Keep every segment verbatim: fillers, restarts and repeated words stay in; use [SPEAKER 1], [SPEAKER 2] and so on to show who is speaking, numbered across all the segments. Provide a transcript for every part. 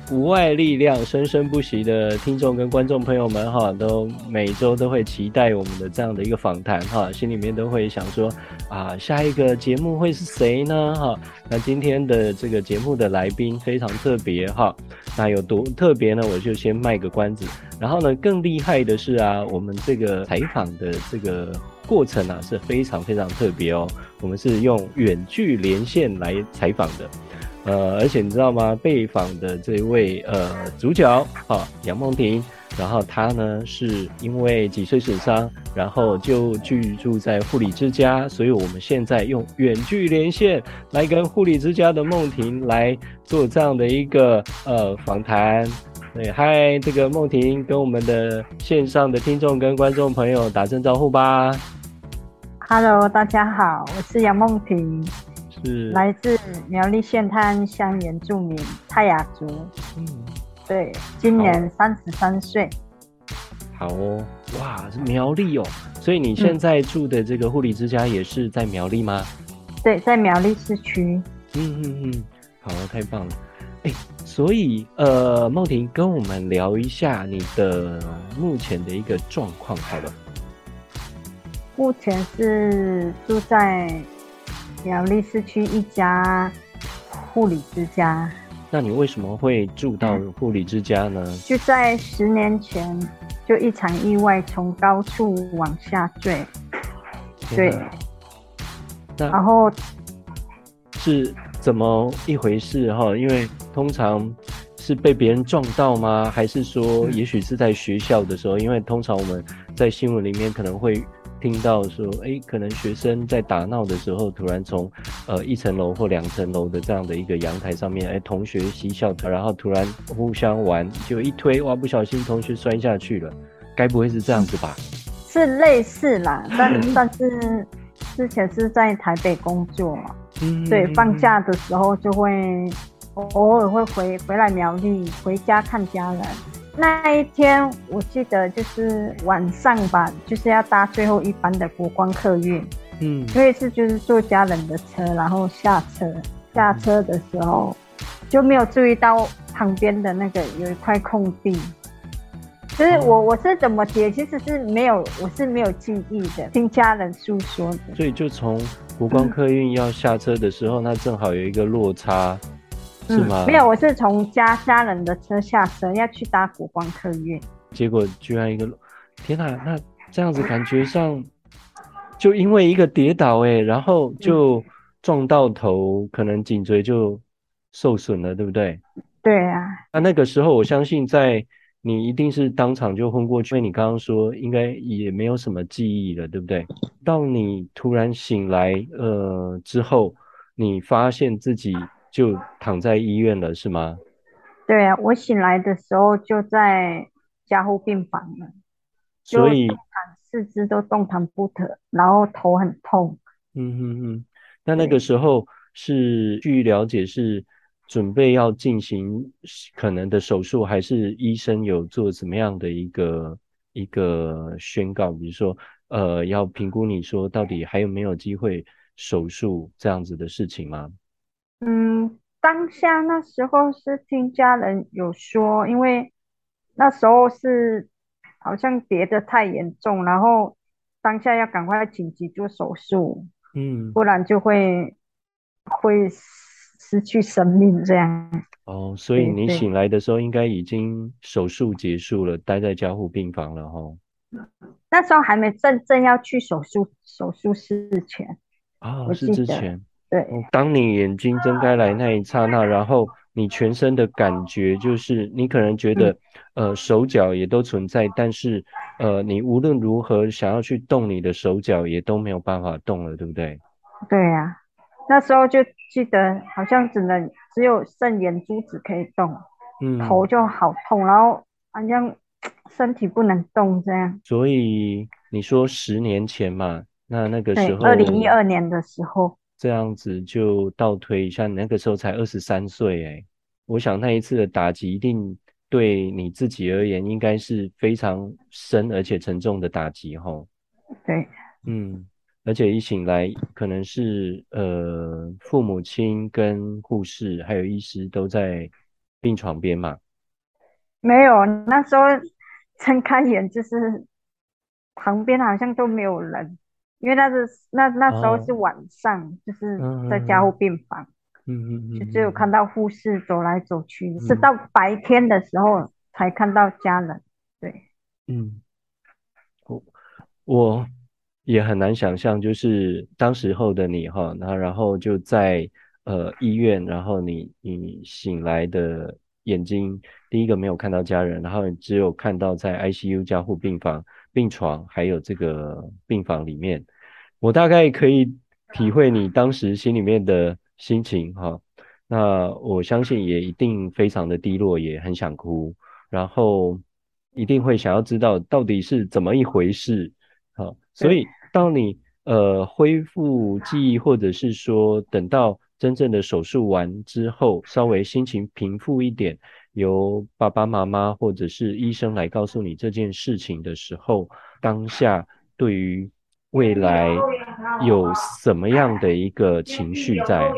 [SPEAKER 1] 无外力量生生不息的听众跟观众朋友们哈，都每周都会期待我们的这样的一个访谈哈，心里面都会想说啊，下一个节目会是谁呢哈？那今天的这个节目的来宾非常特别哈，那有多特别呢？我就先卖个关子。然后呢，更厉害的是啊，我们这个采访的这个过程啊是非常非常特别哦，我们是用远距连线来采访的。呃，而且你知道吗？被访的这位呃主角啊，杨梦婷，然后她呢是因为脊髓损伤，然后就居住在护理之家，所以我们现在用远距连线来跟护理之家的梦婷来做这样的一个呃访谈。对，嗨，这个梦婷跟我们的线上的听众跟观众朋友打声招呼吧。
[SPEAKER 2] Hello，大家好，我是杨梦婷，
[SPEAKER 1] 是
[SPEAKER 2] 来自苗栗县泰安乡原住民泰雅族。
[SPEAKER 1] 嗯，
[SPEAKER 2] 对，今
[SPEAKER 1] 好
[SPEAKER 2] 年三十三岁。
[SPEAKER 1] 好哦，哇，是苗栗哦，所以你现
[SPEAKER 2] 嗯，
[SPEAKER 1] 在住的这个护理之家也是在苗栗吗？
[SPEAKER 2] 对，在苗栗市区。
[SPEAKER 1] 嗯嗯嗯，好，太棒了。哎，所以呃，梦婷跟我们聊一下你的目前的一个状况好了。
[SPEAKER 2] 目前是住在苗栗市区一家护理之家。
[SPEAKER 1] 那你为什么会住到
[SPEAKER 2] 嗯，
[SPEAKER 1] 护理之家呢？
[SPEAKER 2] 就在十年前，就一场意外从高处往下坠。对，
[SPEAKER 1] 天哪，那
[SPEAKER 2] 然后
[SPEAKER 1] 是怎么一回事哈？因为通常是被别人撞到吗？还是说，
[SPEAKER 2] 嗯
[SPEAKER 1] 也许是在学校的时候？因为通常我们在新闻里面可能会听到说，哎，可能学生在打闹的时候，突然从呃一层楼或两层楼的这样的一个阳台上面，哎，同学嬉笑，然后突然互相玩，就一推，哇，不小心同学摔下去了，该不会是这样子吧？
[SPEAKER 2] 是类似啦，但但是之前是在台北工作。
[SPEAKER 1] 嗯
[SPEAKER 2] 对，放
[SPEAKER 1] 嗯
[SPEAKER 2] 假的时候就会偶尔会回回来苗栗回家看家人。那一天我记得就是晚上吧，就是要搭最后一班的国光客运，
[SPEAKER 1] 嗯
[SPEAKER 2] 因为是就是坐家人的车，然后下车下车的时候就没有注意到旁边的那个有一块空地。就是
[SPEAKER 1] 哦，
[SPEAKER 2] 我我是怎么跌，其实是没有，我是没有记忆的，听家人诉说的。
[SPEAKER 1] 所以就从国光客运要下车的时候，那正好有一个落差，是
[SPEAKER 2] 嗯，
[SPEAKER 1] 吗？
[SPEAKER 2] 没有，我是从家家人的车下车，要去搭国光客运。
[SPEAKER 1] 结果居然一个，天哪，那这样子感觉上，就因为一个跌倒，哎，然后
[SPEAKER 2] 嗯，
[SPEAKER 1] 就撞到头，可能颈椎就受损了，对不对？
[SPEAKER 2] 对啊。
[SPEAKER 1] 那那个时候，我相信在你一定是当场就昏过去，因为你刚刚说应该也没有什么记忆了，对不对？到你突然醒来，呃，之后，你发现自己就躺在医院了，是吗？
[SPEAKER 2] 对啊，我醒来的时候就在加护病房了，就动
[SPEAKER 1] 所以，
[SPEAKER 2] 弹四肢都动弹不得，然后头很痛。
[SPEAKER 1] 嗯哼哼，那那个
[SPEAKER 2] 对，
[SPEAKER 1] 时候是据了解是准备要进行可能的手术，还是医生有做怎么样的一个一个宣告？比如说，呃，要评估你说到底还有没有机会手术这样子的事情吗？
[SPEAKER 2] 嗯，当下那时候是听家人有说，因为那时候是好像跌得太严重，然后当下要赶快紧急做手术，
[SPEAKER 1] 嗯。
[SPEAKER 2] 不然就会会失去生命这样。
[SPEAKER 1] 哦，所以
[SPEAKER 2] 对对，
[SPEAKER 1] 你醒来的时候应该已经手术结束了，待在加护病房了哈。
[SPEAKER 2] 那时候还没正正要去手术手术室前，
[SPEAKER 1] 啊，
[SPEAKER 2] 我
[SPEAKER 1] 是
[SPEAKER 2] 记得。
[SPEAKER 1] 之前。
[SPEAKER 2] 对，
[SPEAKER 1] 哦，当你眼睛睁开来那一刹那，然后你全身的感觉就是，你可能觉
[SPEAKER 2] 嗯，
[SPEAKER 1] 得，呃，手脚也都存在，但是，呃，你无论如何想要去动你的手脚，也都没有办法动了，对不对？
[SPEAKER 2] 对呀、那时候就记得好像只能只有剩眼珠子可以动，头
[SPEAKER 1] 嗯，
[SPEAKER 2] 就好痛，然后好像身体不能动这样。
[SPEAKER 1] 所以你说十年前嘛，那那个
[SPEAKER 2] 对，
[SPEAKER 1] 时
[SPEAKER 2] 二零一
[SPEAKER 1] 候
[SPEAKER 2] 二年的时候。
[SPEAKER 1] 这样子就倒推一下，你那个时候才二十三岁，诶，我想那一次的打击一定对你自己而言，应该是非常深而且沉重的打击吼。
[SPEAKER 2] 对，
[SPEAKER 1] 嗯，而且一醒来，可能是呃父母亲跟护士还有医师都在病床边嘛？
[SPEAKER 2] 没有，那时候睁开眼就是旁边好像都没有人，因为那是那那时候
[SPEAKER 1] 哦，
[SPEAKER 2] 是晚上，就是在加护
[SPEAKER 1] 嗯嗯
[SPEAKER 2] 病房，
[SPEAKER 1] 嗯嗯
[SPEAKER 2] 就只有
[SPEAKER 1] 嗯嗯
[SPEAKER 2] 看到护士走来走去，是
[SPEAKER 1] 嗯
[SPEAKER 2] 到白天的时候才看到家人。对，
[SPEAKER 1] 嗯，我我也很难想象，就是当时候的你哈，那然后就在呃医院，然后你你醒来的眼睛，第一个没有看到家人，然后你只有看到在 I C U 加护病房病床，还有这个病房里面，我大概可以体会你当时心里面的心情哈。那我相信也一定非常的低落，也很想哭，然后一定会想要知道到底是怎么一回事。好，所
[SPEAKER 2] 对，
[SPEAKER 1] 以当你呃恢复记忆，或者是说等到真正的手术完之后，稍微心情平复一点，由爸爸妈妈或者是医生来告诉你这件事情的时候，当下对于未来有什么样的一个情绪在？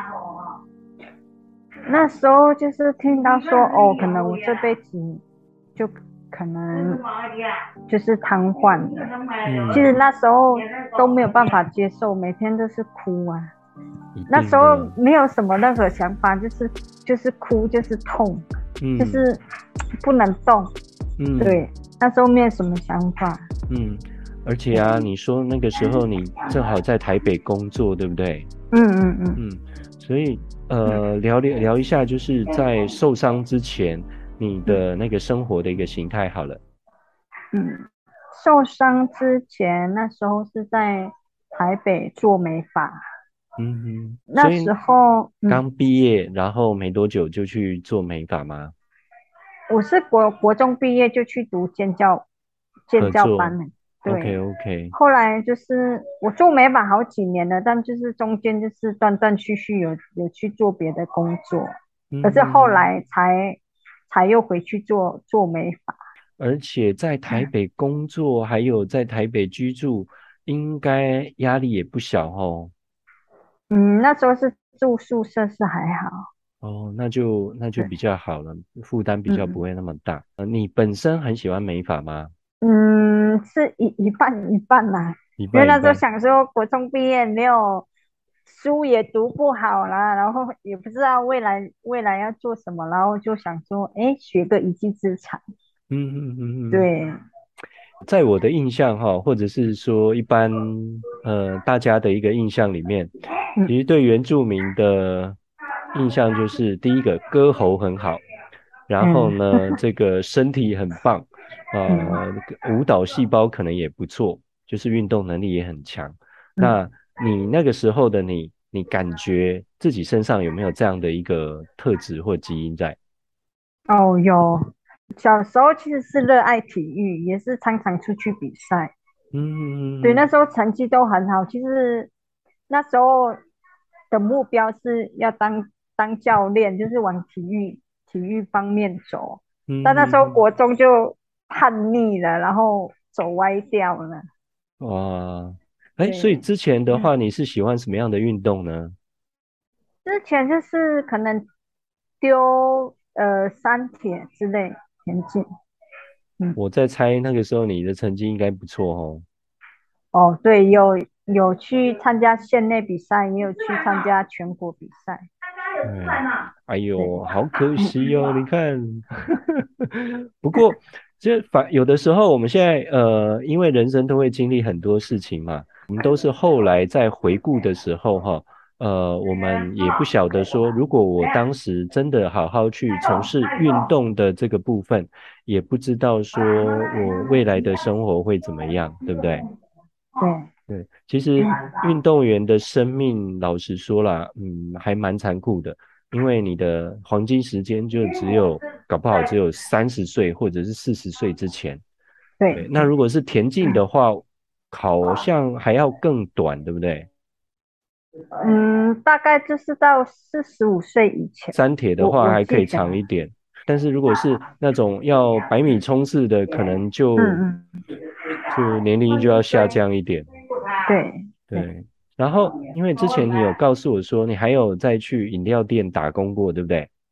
[SPEAKER 2] 那时候就是听到说，哦，可能我这辈子就可能就是瘫痪了。其
[SPEAKER 1] 嗯，
[SPEAKER 2] 实那时候都没有办法接受，每天都是哭啊。
[SPEAKER 1] 一
[SPEAKER 2] 那时候
[SPEAKER 1] 定的，
[SPEAKER 2] 没有什么任何想法，就是就是哭，就是痛，就
[SPEAKER 1] 嗯
[SPEAKER 2] 是不能动。
[SPEAKER 1] 嗯
[SPEAKER 2] 对，那时候没有什么想法。
[SPEAKER 1] 嗯，而且啊，
[SPEAKER 2] 对，
[SPEAKER 1] 你说那个时候你正好在台北工作，对不对？
[SPEAKER 2] 嗯嗯嗯
[SPEAKER 1] 嗯，所以呃，聊聊聊一下，就是在受伤之前，你
[SPEAKER 2] 嗯
[SPEAKER 1] 的那个生活的一个形态好了。
[SPEAKER 2] 嗯，受伤之前那时候是在台北做美发，
[SPEAKER 1] 嗯哼，所以
[SPEAKER 2] 那时候嗯，
[SPEAKER 1] 刚毕业，然后没多久就去做美发吗？
[SPEAKER 2] 我是国国中毕业就去读建教建
[SPEAKER 1] 合作
[SPEAKER 2] 教班了。
[SPEAKER 1] ，OK
[SPEAKER 2] 对，
[SPEAKER 1] OK，
[SPEAKER 2] 后来就是我做美发好几年了，但就是中间就是断断续续有有去做别的工作，可
[SPEAKER 1] 嗯
[SPEAKER 2] 是后
[SPEAKER 1] 哼，
[SPEAKER 2] 来才才又回去做做美发。
[SPEAKER 1] 而且在台北工作，还有在台北居住，应该压力也不小哦。
[SPEAKER 2] 嗯，那时候是住宿舍是还好。
[SPEAKER 1] 哦，那就那就
[SPEAKER 2] 对，
[SPEAKER 1] 比较好了，负担比较不
[SPEAKER 2] 嗯
[SPEAKER 1] 会那么大。呃，你本身很喜欢美发吗？
[SPEAKER 2] 嗯，是一一半一半啦，
[SPEAKER 1] 一
[SPEAKER 2] 因为那时候
[SPEAKER 1] 半一半。
[SPEAKER 2] 想说国中毕业没有书也读不好啦，然后也不知道未来未来要做什么，然后就想说，哎，学个一技之长。
[SPEAKER 1] 嗯嗯嗯嗯，
[SPEAKER 2] 对，
[SPEAKER 1] 在我的印象哈，或者是说一般呃大家的一个印象里面，其实
[SPEAKER 2] 嗯
[SPEAKER 1] 对原住民的印象就是第一个歌喉很好，然后
[SPEAKER 2] 嗯
[SPEAKER 1] 呢这个身体很棒，呃
[SPEAKER 2] 嗯
[SPEAKER 1] 舞蹈细胞可能也不错，就是运动能力也很强。
[SPEAKER 2] 嗯，
[SPEAKER 1] 那你那个时候的你，你感觉自己身上有没有这样的一个特质或基因在？
[SPEAKER 2] 哦，有，小时候其实是热爱体育，也是常常出去比赛。对，
[SPEAKER 1] 嗯
[SPEAKER 2] 那时候成绩都很好。其实那时候的目标是要当当教练，就是往体育体育方面走。但那时候
[SPEAKER 1] 嗯嗯，
[SPEAKER 2] 国中就叛逆了，然后走歪掉了。
[SPEAKER 1] 哇，哎，所以
[SPEAKER 2] 对，
[SPEAKER 1] 之前的话，你是喜欢什么样的运动呢？
[SPEAKER 2] 之前就是可能丢呃三铁之类田径。嗯，
[SPEAKER 1] 我在猜那个时候你的成绩应该不错哦。
[SPEAKER 2] 哦，对，有有去参加县内比赛，也有去参加全国比赛。
[SPEAKER 1] 哎，哎
[SPEAKER 2] 对，
[SPEAKER 1] 呦，好可惜哦！你看，不过这反有的时候，我们现在呃，因为人生都会经历很多事情嘛，我们都是后来在回顾的时候哈，呃，我们也不晓得说，如果我当时真的好好去从事运动的这个部分，也不知道说我未来的生活会怎么样，对不对？
[SPEAKER 2] 对，
[SPEAKER 1] 对，其实运动员的生命，老实说啦，嗯，还蛮残酷的，因为你的黄金时间就只有，搞不好只有三十岁或者是四十岁之前。对，
[SPEAKER 2] 对对，
[SPEAKER 1] 那如果是田径的话，好像还要更短，对不对？
[SPEAKER 2] 嗯，大概就是到四十五岁以前，
[SPEAKER 1] 三铁的
[SPEAKER 2] 我我
[SPEAKER 1] 话还可以
[SPEAKER 2] 记得。
[SPEAKER 1] 长一点，但是如果是那种要百米冲刺的，可能就
[SPEAKER 2] 嗯嗯，
[SPEAKER 1] 就年龄就要下降一点。
[SPEAKER 2] 对对，
[SPEAKER 1] 对，然后因为之前你有告诉我说你还有再去饮料店打工过，对不对？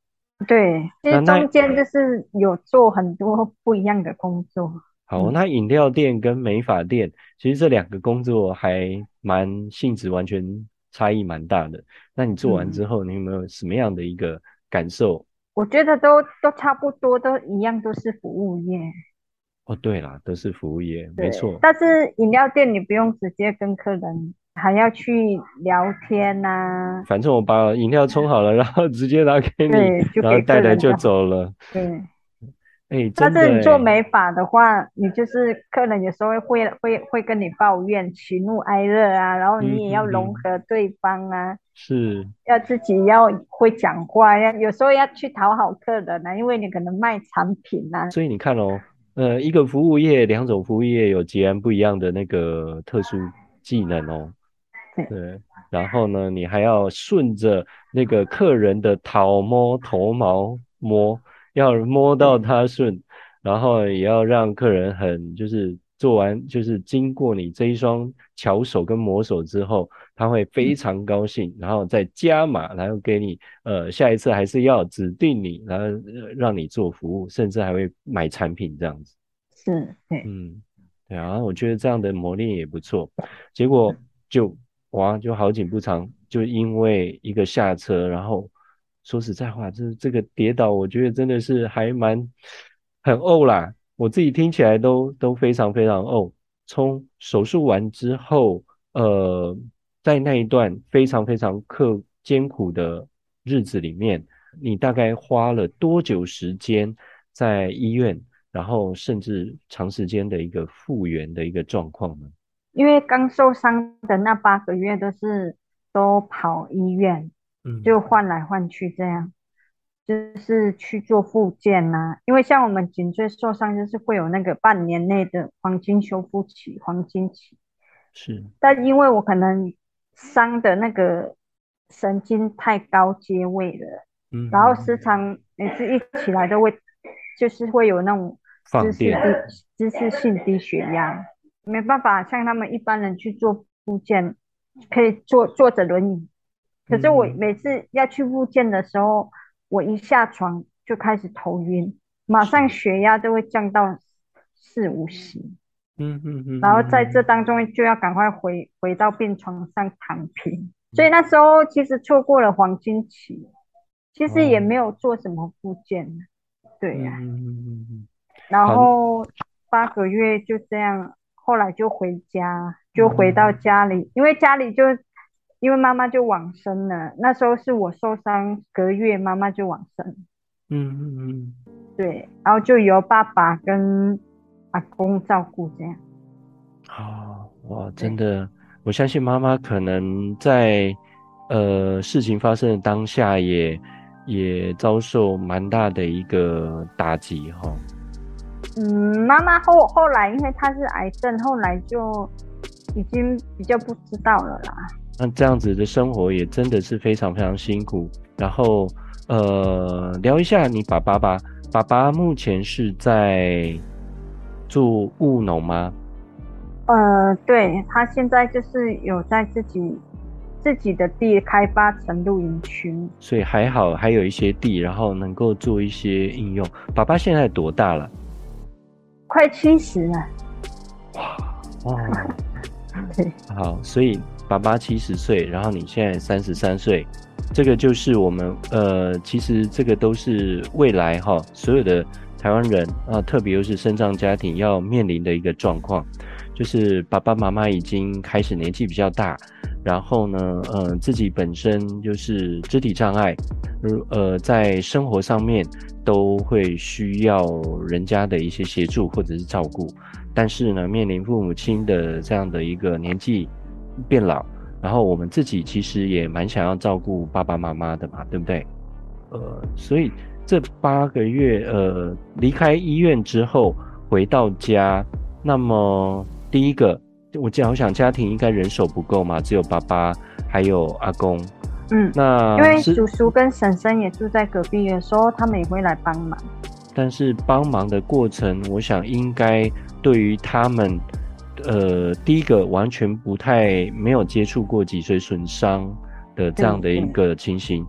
[SPEAKER 2] 对，其实
[SPEAKER 1] 那那
[SPEAKER 2] 中间就是有做很多不一样的工作。
[SPEAKER 1] 好，
[SPEAKER 2] 嗯
[SPEAKER 1] 那饮料店跟美发店，其实这两个工作还蛮性质完全差异蛮大的。那你做完
[SPEAKER 2] 嗯，
[SPEAKER 1] 之后，你有没有什么样的一个感受？
[SPEAKER 2] 我觉得都都差不多，都一样，都是服务业。
[SPEAKER 1] 哦，对啦，都是服务业，没
[SPEAKER 2] 对，
[SPEAKER 1] 错。
[SPEAKER 2] 但是饮料店你不用直接跟客人，还要去聊天呐、
[SPEAKER 1] 反正我把饮料冲好了，然后直接拿给你，
[SPEAKER 2] 对，就
[SPEAKER 1] 然后
[SPEAKER 2] 给客
[SPEAKER 1] 带来就
[SPEAKER 2] 人就好。
[SPEAKER 1] 走了。
[SPEAKER 2] 对，
[SPEAKER 1] 哎，真
[SPEAKER 2] 但是你做
[SPEAKER 1] 的哎，
[SPEAKER 2] 美发的话，你就是客人有时候会会会跟你抱怨喜怒哀乐啊，然后
[SPEAKER 1] 嗯
[SPEAKER 2] 你也要融
[SPEAKER 1] 哼哼，
[SPEAKER 2] 合对方啊，
[SPEAKER 1] 是。
[SPEAKER 2] 要自己要会讲话，要有时候要去讨好客人啊，因为你可能卖产品啊。
[SPEAKER 1] 所以你看哦，呃，一个服务业，两种服务业有截然不一样的那个特殊技能哦。
[SPEAKER 2] 对，
[SPEAKER 1] 对，然后呢，你还要顺着那个客人的头摸头毛摸，要摸到
[SPEAKER 2] 对，
[SPEAKER 1] 他顺，然后也要让客人很就是做完就是经过你这一双巧手跟魔手之后，他会非常高兴，然后再加码，然后给你呃下一次还是要指定你，然后呃让你做服务，甚至还会买产品这样子。
[SPEAKER 2] 是，对，
[SPEAKER 1] 嗯，对啊，我觉得这样的磨练也不错。结果就哇，就好景不长，就因为一个下车，然后说实在话，这这个跌倒，我觉得真的是还蛮很怄啦。我自己听起来都都非常非常怄。从手术完之后，呃，在那一段非常非常刻艰苦的日子里面，你大概花了多久时间在医院？然后甚至长时间的一个复原的一个状况呢？
[SPEAKER 2] 因为刚受伤的那八个月都是都跑医院，
[SPEAKER 1] 嗯，
[SPEAKER 2] 就换来换去这样，就是去做复健呐、因为像我们颈椎受伤，就是会有那个半年内的黄金修复期、黄金期。
[SPEAKER 1] 是，
[SPEAKER 2] 但因为我可能伤的那个神经太高阶位了，然后
[SPEAKER 1] 嗯嗯，
[SPEAKER 2] 时常每次一起来都会，就是会有那种姿势低、
[SPEAKER 1] 放电，
[SPEAKER 2] 姿势性低血压，没办法像他们一般人去做复健，可以坐坐着轮椅。可是我
[SPEAKER 1] 嗯嗯，
[SPEAKER 2] 每次要去复健的时候，我一下床就开始头晕，马上
[SPEAKER 1] 是，
[SPEAKER 2] 血压都会降到四五十。
[SPEAKER 1] 嗯嗯嗯
[SPEAKER 2] 然后在这
[SPEAKER 1] 嗯嗯，
[SPEAKER 2] 当中就要赶快回回到病床上躺平，所以那时候其实错过了黄金期，其实也
[SPEAKER 1] 哦，
[SPEAKER 2] 没有做什么复健，对呀、
[SPEAKER 1] 嗯嗯嗯嗯嗯，
[SPEAKER 2] 然
[SPEAKER 1] 好，
[SPEAKER 2] 后八个月就这样，后来就回家，就回到
[SPEAKER 1] 嗯
[SPEAKER 2] 家里，因为家里就因为妈妈就往生了，那时候是我受伤隔月，妈妈就往生，
[SPEAKER 1] 嗯嗯嗯，
[SPEAKER 2] 对，然后就由爸爸跟阿公照顾这样，
[SPEAKER 1] 好，哇，真
[SPEAKER 2] 对。
[SPEAKER 1] 的，我相信妈妈可能在呃事情发生的当下也也遭受蛮大的一个打击哈。
[SPEAKER 2] 嗯，妈妈后后来因为她是癌症，后来就已经比较不知道了啦。
[SPEAKER 1] 那这样子的生活也真的是非常非常辛苦。然后，呃，聊一下你爸爸吧。爸爸目前是在做务农吗？
[SPEAKER 2] 呃，对，她现在就是有在自己自己的地开发成露营区，
[SPEAKER 1] 所以还好，还有一些地，然后能够做一些应用。爸爸现在多大了？
[SPEAKER 2] 快七十了。
[SPEAKER 1] 哦，
[SPEAKER 2] 对，
[SPEAKER 1] 好，所以爸爸七十岁，然后你现在三十三岁，这个就是我们呃，其实这个都是未来哈，所有的台湾人啊，特别又是身障家庭要面临的一个状况，就是爸爸妈妈已经开始年纪比较大，然后呢，呃，自己本身就是肢体障碍，呃，在生活上面都会需要人家的一些协助或者是照顾。但是呢，面临父母亲的这样的一个年纪变老，然后我们自己其实也蛮想要照顾爸爸妈妈的嘛，对不对？呃，所以这八个月，呃，离开医院之后回到家，那么第一个，我讲，我想家庭应该人手不够嘛，只有爸爸还有阿公，
[SPEAKER 2] 嗯，因
[SPEAKER 1] 那是，
[SPEAKER 2] 为叔叔跟婶婶也住在隔壁，有时候他们也会来帮忙。
[SPEAKER 1] 但是帮忙的过程，我想应该对于他们，呃，第一个完全不太没有接触过脊髓损伤的这样
[SPEAKER 2] 对对，
[SPEAKER 1] 的一个情形，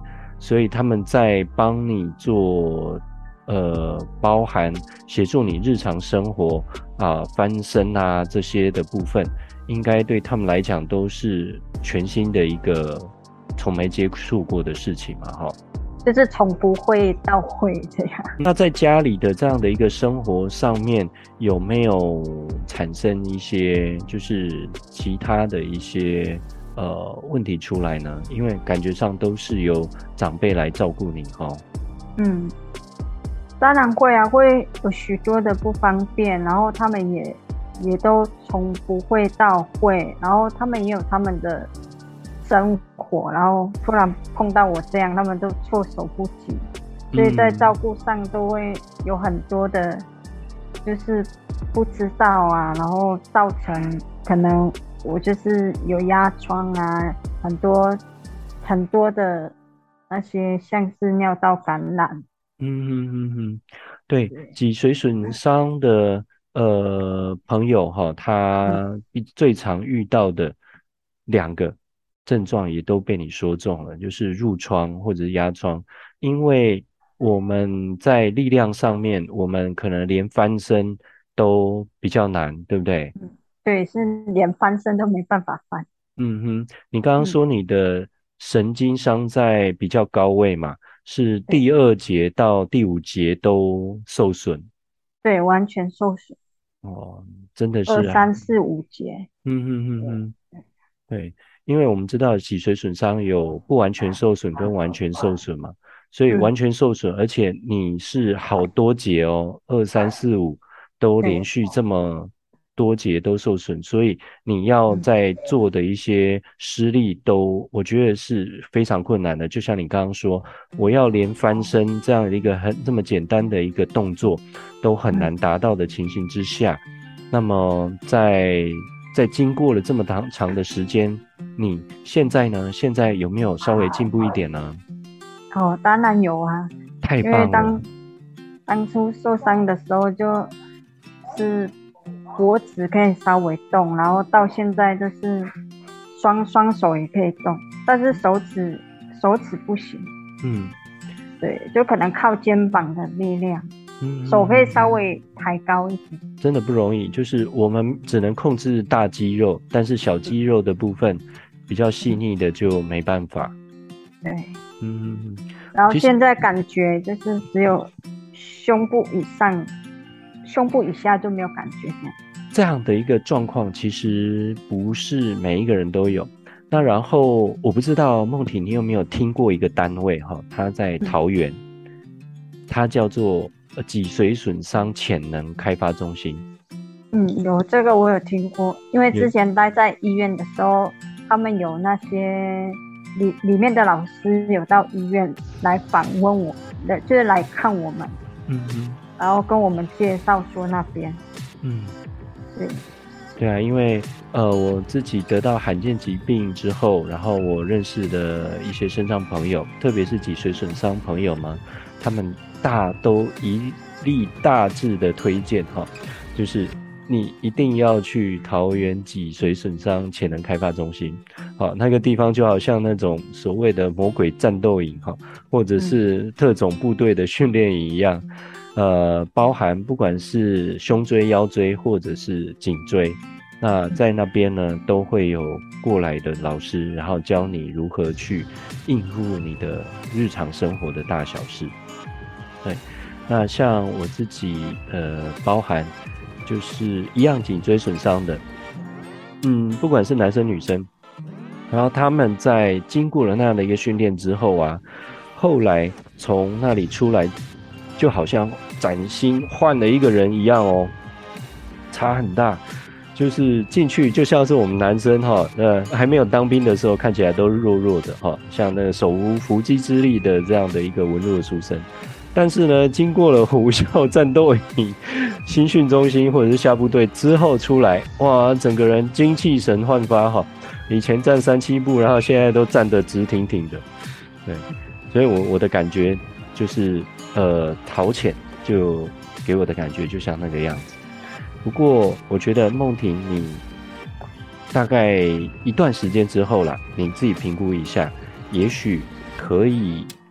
[SPEAKER 1] 所以他们在帮你做呃，包含协助你日常生活啊、翻身啊这些的部分，应该对他们来讲都是全新的一个从没接触过的事情嘛，哈。
[SPEAKER 2] 就是从不会到会这样。
[SPEAKER 1] 那在家里的这样的一个生活上面，有没有产生一些就是其他的一些呃问题出来呢？因为感觉上都是由长辈来照顾你哈。
[SPEAKER 2] 嗯，当然会啊，会有许多的不方便，然后他们也也都从不会到会，然后他们也有他们的生活，然后突然碰到我这样，他们都措手不及，所以在照顾上都会有很多的，就是不知道啊，然后造成可能我就是有压疮啊，很多很多的那些像是尿道感染。
[SPEAKER 1] 嗯嗯嗯嗯，对，脊髓损伤的呃朋友哈，他最常遇到的两个症状也都被你说中了，就是褥疮或者是压疮。因为我们在力量上面，我们可能连翻身都比较难，对不对？
[SPEAKER 2] 嗯，对，是连翻身都没办法翻。
[SPEAKER 1] 嗯哼，你刚刚
[SPEAKER 2] 嗯，
[SPEAKER 1] 说你的神经伤在比较高位嘛，是第
[SPEAKER 2] 对
[SPEAKER 1] 二节到第五节都受损。
[SPEAKER 2] 对，完全受损，
[SPEAKER 1] 哦，真的
[SPEAKER 2] 二
[SPEAKER 1] 是啊。
[SPEAKER 2] 三四五节。
[SPEAKER 1] 嗯哼哼
[SPEAKER 2] 对
[SPEAKER 1] 哼，对，因为我们知道脊髓损伤有不完全受损跟完全受损嘛，所以完
[SPEAKER 2] 嗯，
[SPEAKER 1] 全受损，而且你是好多节哦，二三四五都连
[SPEAKER 2] 对，
[SPEAKER 1] 续这么多节都受损，所以你要
[SPEAKER 2] 嗯
[SPEAKER 1] 在做的一些施力都，我觉得是非常困难的。就像你刚刚说，我要连翻身这样的一个很这么简单的一个动作都很难
[SPEAKER 2] 嗯。
[SPEAKER 1] 达到的情形之下，那么在在经过了这么长长的时间，你现在呢？现在有没有稍微进步一点呢？
[SPEAKER 2] 哦，当然有啊，
[SPEAKER 1] 太
[SPEAKER 2] 因为
[SPEAKER 1] 棒了。
[SPEAKER 2] 当当初受伤的时候就是脖子可以稍微动，然后到现在就是双双手也可以动，但是手指手指不行。
[SPEAKER 1] 嗯
[SPEAKER 2] 对，就可能靠肩膀的力量，
[SPEAKER 1] 嗯，
[SPEAKER 2] 手可以稍微抬高一点。
[SPEAKER 1] 真的不容易，就是我们只能控制大肌肉，但是小肌肉的部分比较细腻的就没办法。
[SPEAKER 2] 对，
[SPEAKER 1] 嗯嗯嗯，
[SPEAKER 2] 然后
[SPEAKER 1] 其实
[SPEAKER 2] 现在感觉就是只有胸部以上，胸部以下就没有感觉了。
[SPEAKER 1] 这样的一个状况，其实不是每一个人都有。那然后我不知道梦婷，你有没有听过一个单位哈？它在桃园，它叫做呃脊髓损伤潜能开发中心。
[SPEAKER 2] 嗯，有这个我有听过，因为
[SPEAKER 1] 有
[SPEAKER 2] 之前待在医院的时候，他们有那些里里面的老师有到医院来访问我的，就是来看我们，
[SPEAKER 1] 嗯嗯
[SPEAKER 2] 然后跟我们介绍说那边。
[SPEAKER 1] 嗯，
[SPEAKER 2] 对，
[SPEAKER 1] 对啊，因为呃我自己得到罕见疾病之后，然后我认识的一些身障朋友，特别是脊髓损伤朋友们，他们大都一力大致的推荐哈，就是你一定要去桃园脊髓损伤潜能开发中心。好，那个地方就好像那种所谓的魔鬼战斗营哈，或者是特种部队的训练营一样。呃，包含不管是胸椎、腰椎或者是颈椎，那在那边呢都会有过来的老师，然后教你如何去应付你的日常生活的大小事。对，那像我自己呃，包含就是一样颈椎损伤的，嗯，不管是男生女生，然后他们在经过了那样的一个训练之后啊，后来从那里出来，就好像崭新换了一个人一样哦，差很大。就是进去就像是我们男生哈，呃，还没有当兵的时候看起来都弱弱的哈，像那个手无缚鸡之力的这样的一个文弱书生。但是呢，经过了虎啸战斗营、新训中心或者是下部队之后出来，哇，整个人精气神焕发哈，以前站三七步，然后现在都站得直挺挺的。对，所以我我的感觉就是呃，陶潜就给我的感觉就像那个样子。不过我觉得梦婷你大概一段时间之后啦，你自己评估一下，也许可以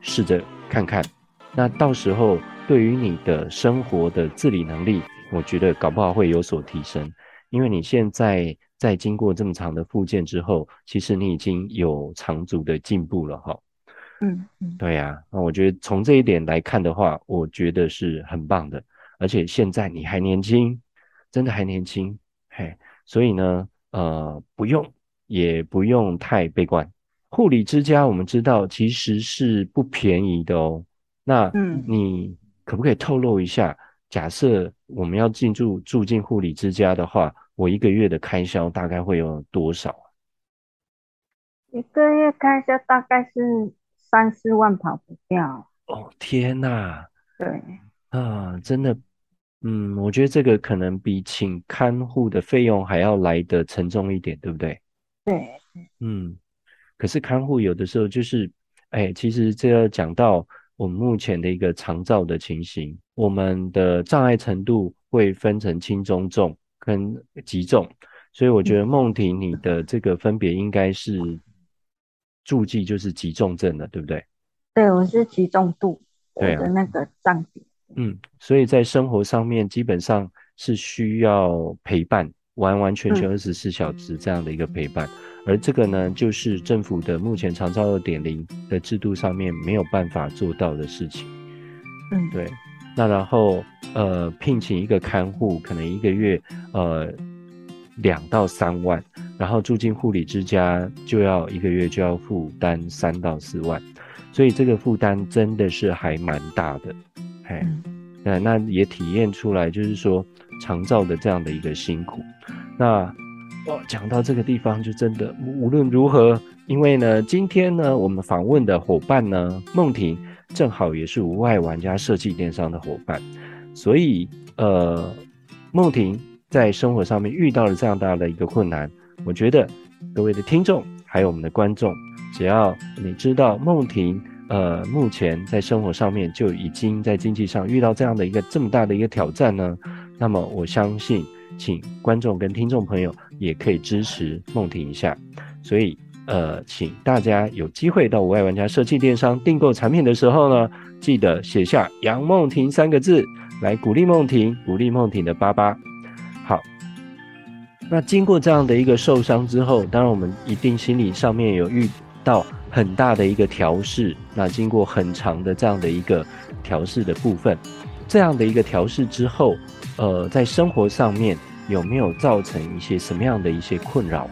[SPEAKER 1] 试着看看。那到时候对于你的生活的自理能力，我觉得搞不好会有所提升。因为你现在在经过这么长的复健之后，其实你已经有长足的进步了哈。
[SPEAKER 2] 嗯嗯。
[SPEAKER 1] 对呀，那我觉得从这一点来看的话，我觉得是很棒的。而且现在你还年轻，真的还年轻，嘿，所以呢，呃，不用，也不用太悲观。护理之家我们知道其实是不便宜的哦。那
[SPEAKER 2] 嗯，
[SPEAKER 1] 你可不可以透露一下，假设我们要进驻住进护理之家的话，我一个月的开销大概会有多少啊？
[SPEAKER 2] 一个月开销大概是三四万跑不掉。
[SPEAKER 1] 哦，天呐！
[SPEAKER 2] 对
[SPEAKER 1] 啊，真的，嗯，我觉得这个可能比请看护的费用还要来得沉重一点，对不对？
[SPEAKER 2] 对。
[SPEAKER 1] 嗯，可是看护有的时候就是，哎，其实这要讲到我们目前的一个长照的情形，我们的障碍程度会分成轻、中、重跟极重，所以我觉得
[SPEAKER 2] 嗯，
[SPEAKER 1] 梦婷你的这个分别应该是注记就是极重症的，对不对？
[SPEAKER 2] 对，我是集中度，我
[SPEAKER 1] 对啊。
[SPEAKER 2] 的那个账点。
[SPEAKER 1] 嗯，所以在生活上面基本上是需要陪伴，完完全全
[SPEAKER 2] 嗯
[SPEAKER 1] 二十四小时这样的一个陪伴，而这个呢，就是政府的目前长照二点零的制度上面没有办法做到的事情。
[SPEAKER 2] 嗯。
[SPEAKER 1] 对，那然后呃，聘请一个看护，可能一个月呃两到三万，然后住进护理之家就要一个月就要负担三到四万，所以这个负担真的是还蛮大的。嘿，
[SPEAKER 2] 嗯，
[SPEAKER 1] 那那也体验出来，就是说长照的这样的一个辛苦。那哇，讲到这个地方，就真的无论如何，因为呢，今天呢，我们访问的伙伴呢，梦婷正好也是无爱玩家设计电商的伙伴，所以呃，梦婷在生活上面遇到了这样大的一个困难，我觉得各位的听众还有我们的观众，只要你知道梦婷。呃，目前在生活上面就已经在经济上遇到这样的一个这么大的一个挑战呢，那么我相信，请观众跟听众朋友也可以支持梦婷一下。所以，呃，请大家有机会到无爱玩家设计电商订购产品的时候呢，记得写下杨梦婷三个字，来鼓励梦婷，鼓励梦婷的爸爸。好，那经过这样的一个受伤之后，当然我们一定心理上面有遇到很大的一个调试，那经过很长的这样的一个调试的部分，这样的一个调试之后，呃，在生活上面有没有造成一些什么样的一些困扰？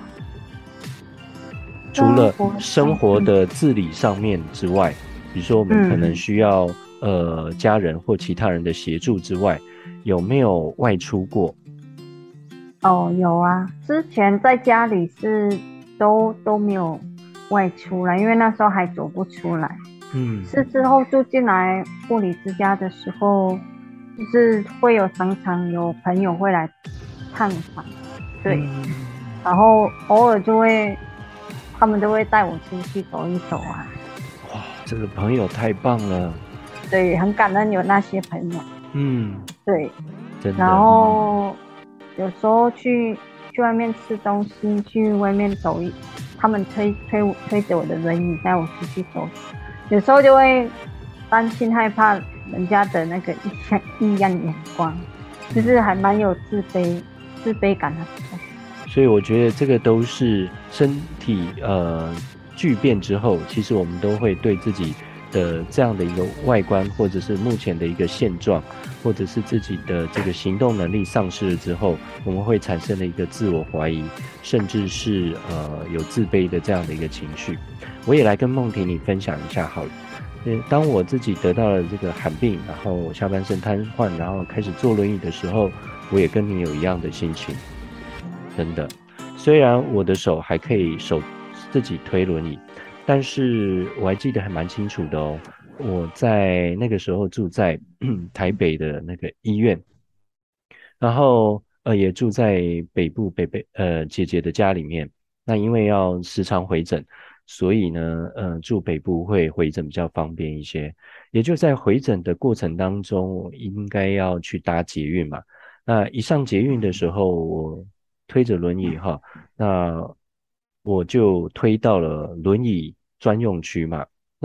[SPEAKER 1] 除了生活的自理上面之外，比如说我们可能需要、嗯、呃家人或其他人的协助之外，有没有外出过？
[SPEAKER 2] 哦，有啊，之前在家里是都都没有外出来，因为那时候还走不出来。
[SPEAKER 1] 嗯，
[SPEAKER 2] 是之后住进来护理之家的时候，就是会有常常有朋友会来探访，对，
[SPEAKER 1] 嗯、
[SPEAKER 2] 然后偶尔就会，他们都会带我出去走一走啊。
[SPEAKER 1] 哇，这个朋友太棒了。
[SPEAKER 2] 对，很感恩有那些朋友。
[SPEAKER 1] 嗯，
[SPEAKER 2] 对，
[SPEAKER 1] 真的。
[SPEAKER 2] 然后有时候去去外面吃东西，去外面走一，他们推推推着我的轮椅带我出去走，有时候就会担心害怕人家的那个异样异样眼光，就是还蛮有自卑自卑感的。
[SPEAKER 1] 所以我觉得这个都是身体呃巨变之后，其实我们都会对自己的这样的一个外观，或者是目前的一个现状，或者是自己的这个行动能力丧失了之后，我们会产生了一个自我怀疑，甚至是呃有自卑的这样的一个情绪。我也来跟梦婷你分享一下好了。当我自己得到了这个罕病，然后我下半身瘫痪，然后开始坐轮椅的时候，我也跟你有一样的心情。真的，虽然我的手还可以手自己推轮椅，但是我还记得还蛮清楚的哦。我在那个时候住在台北的那个医院，然后呃也住在北部北北呃姐姐的家里面。那因为要时常回诊，所以呢，呃住北部会回诊比较方便一些。也就在回诊的过程当中，应该要去搭捷运嘛。那一上捷运的时候，我推着轮椅哈，那我就推到了轮椅专用区嘛。那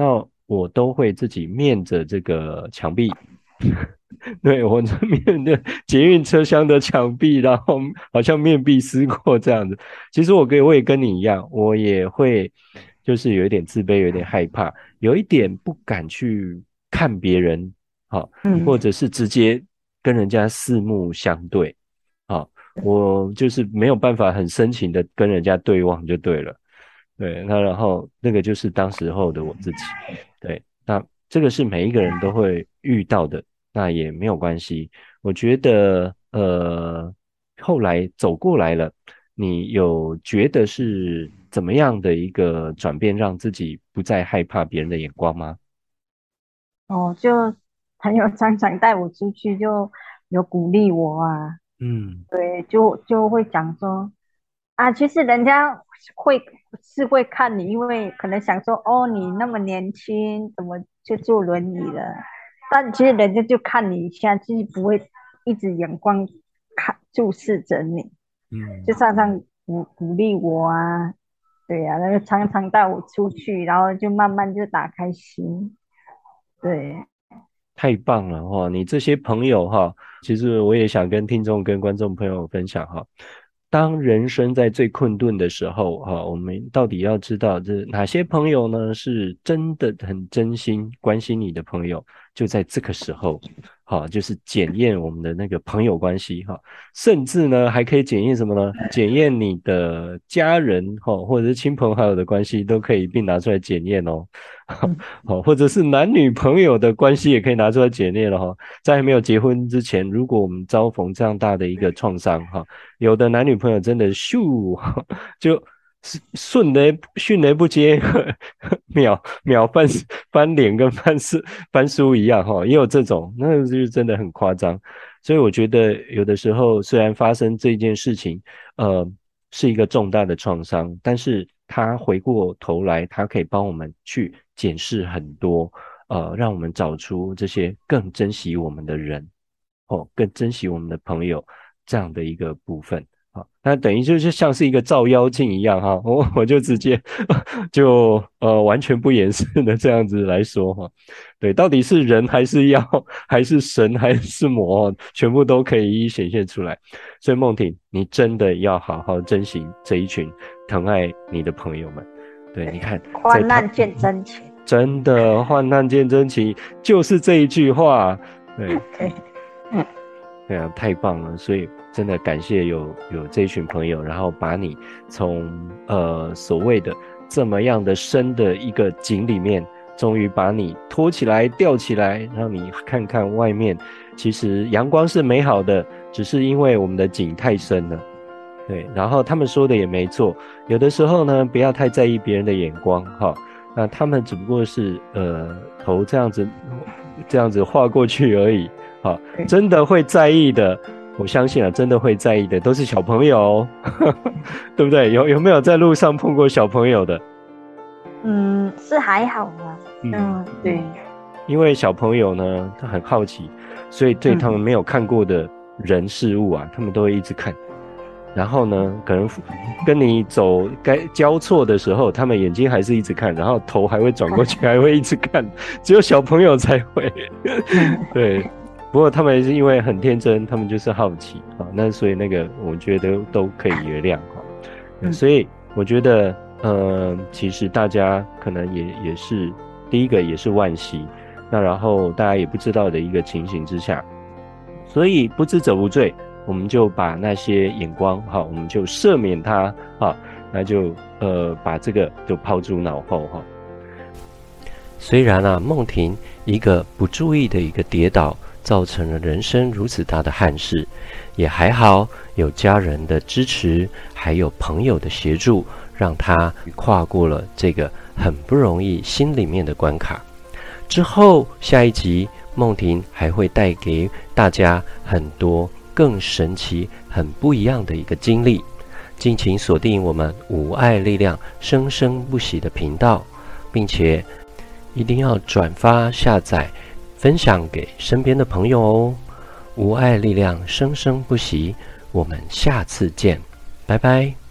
[SPEAKER 1] 我都会自己面着这个墙壁，对，我这面的捷运车厢的墙壁，然后好像面壁思过这样子。其实我跟我也跟你一样，我也会就是有一点自卑，有一点害怕，有一点不敢去看别人，好，或
[SPEAKER 2] 嗯
[SPEAKER 1] 者是直接跟人家四目相对，好，我就是没有办法很深情的跟人家对望就对了。对，那然后那个就是当时候的我自己，对，那这个是每一个人都会遇到的，那也没有关系。我觉得，呃，后来走过来了，你有觉得是怎么样的一个转变，让自己不再害怕别人的眼光吗？
[SPEAKER 2] 哦，就朋友常常带我出去，就有鼓励我啊，
[SPEAKER 1] 嗯
[SPEAKER 2] 对，就就会讲说啊，其实人家会是会看你，因为可能想说哦，你那么年轻，怎么就坐轮椅了？但其实人家就看你一下，就是不会一直眼光看注视着你，就
[SPEAKER 1] 嗯。
[SPEAKER 2] 常常鼓鼓励我啊，对呀、啊，然后常常带我出去，然后就慢慢就打开心，对，
[SPEAKER 1] 太棒了哈！你这些朋友哈，其实我也想跟听众、跟观众朋友分享哈。当人生在最困顿的时候哈，我们到底要知道这哪些朋友呢？是真的很真心关心你的朋友，就在这个时候，好，就是检验我们的那个朋友关系哈。甚至呢，还可以检验什么呢？检验你的家人哈，或者是亲朋好友的关系，都可以一并拿出来检验哦。
[SPEAKER 2] 嗯
[SPEAKER 1] 好，或者是男女朋友的关系也可以拿出来检验了哈。在还没有结婚之前，如果我们遭逢这样大的一个创伤哈，有的男女朋友真的咻就顺雷迅雷不接秒秒翻翻脸跟翻书翻书一样哈，也有这种，那就是真的很夸张。所以我觉得有的时候虽然发生这件事情，呃，是一个重大的创伤，但是他回过头来，他可以帮我们去检视很多，呃，让我们找出这些更珍惜我们的人，哦，更珍惜我们的朋友这样的一个部分。好，那等于就是像是一个照妖镜一样哈，我我就直接就呃完全不掩饰的这样子来说哈，对，到底是人还是妖，还是神还是魔，全部都可以一一显现出来。所以梦婷，你真的要好好珍惜这一群疼爱你的朋友们。对，你看，在他
[SPEAKER 2] 患难见真情，
[SPEAKER 1] 真的患难见真情，就是这一句话。对，
[SPEAKER 2] 对，嗯
[SPEAKER 1] 对啊，太棒了！所以真的感谢有有这一群朋友，然后把你从呃所谓的这么样的深的一个井里面，终于把你拖起来、吊起来，让你看看外面，其实阳光是美好的，只是因为我们的井太深了。对，然后他们说的也没错，有的时候呢，不要太在意别人的眼光哈。那他们只不过是呃头这样子这样子划过去而已。好，真的会在意的，我相信啊，真的会在意的都是小朋友，对不对？有有没有在路上碰过小朋友的？
[SPEAKER 2] 嗯，是还好啊，
[SPEAKER 1] 嗯，
[SPEAKER 2] 嗯，对，
[SPEAKER 1] 因为小朋友呢，他很好奇，所以对他们
[SPEAKER 2] 嗯
[SPEAKER 1] 没有看过的人事物啊，他们都会一直看。然后呢，可能跟你走该交错的时候，他们眼睛还是一直看，然后头还会转过去，还会一直看。只有小朋友才会，对。不过他们是因为很天真，他们就是好奇啊，那所以那个我觉得都可以原谅哈。
[SPEAKER 2] 嗯
[SPEAKER 1] 所以我觉得，呃，其实大家可能也也是第一个也是惋惜，那然后大家也不知道的一个情形之下，所以不知者无罪。我们就把那些眼光哈，我们就赦免他哈，那就呃把这个就抛诸脑后哈。虽然啊，梦婷一个不注意的一个跌倒，造成了人生如此大的憾事，也还好有家人的支持，还有朋友的协助，让她跨过了这个很不容易心里面的关卡。之后下一集，梦婷还会带给大家很多更神奇、很不一样的一个经历，敬请锁定我们无爱力量生生不息的频道，并且一定要转发、下载、分享给身边的朋友哦。无爱力量生生不息，我们下次见，拜拜。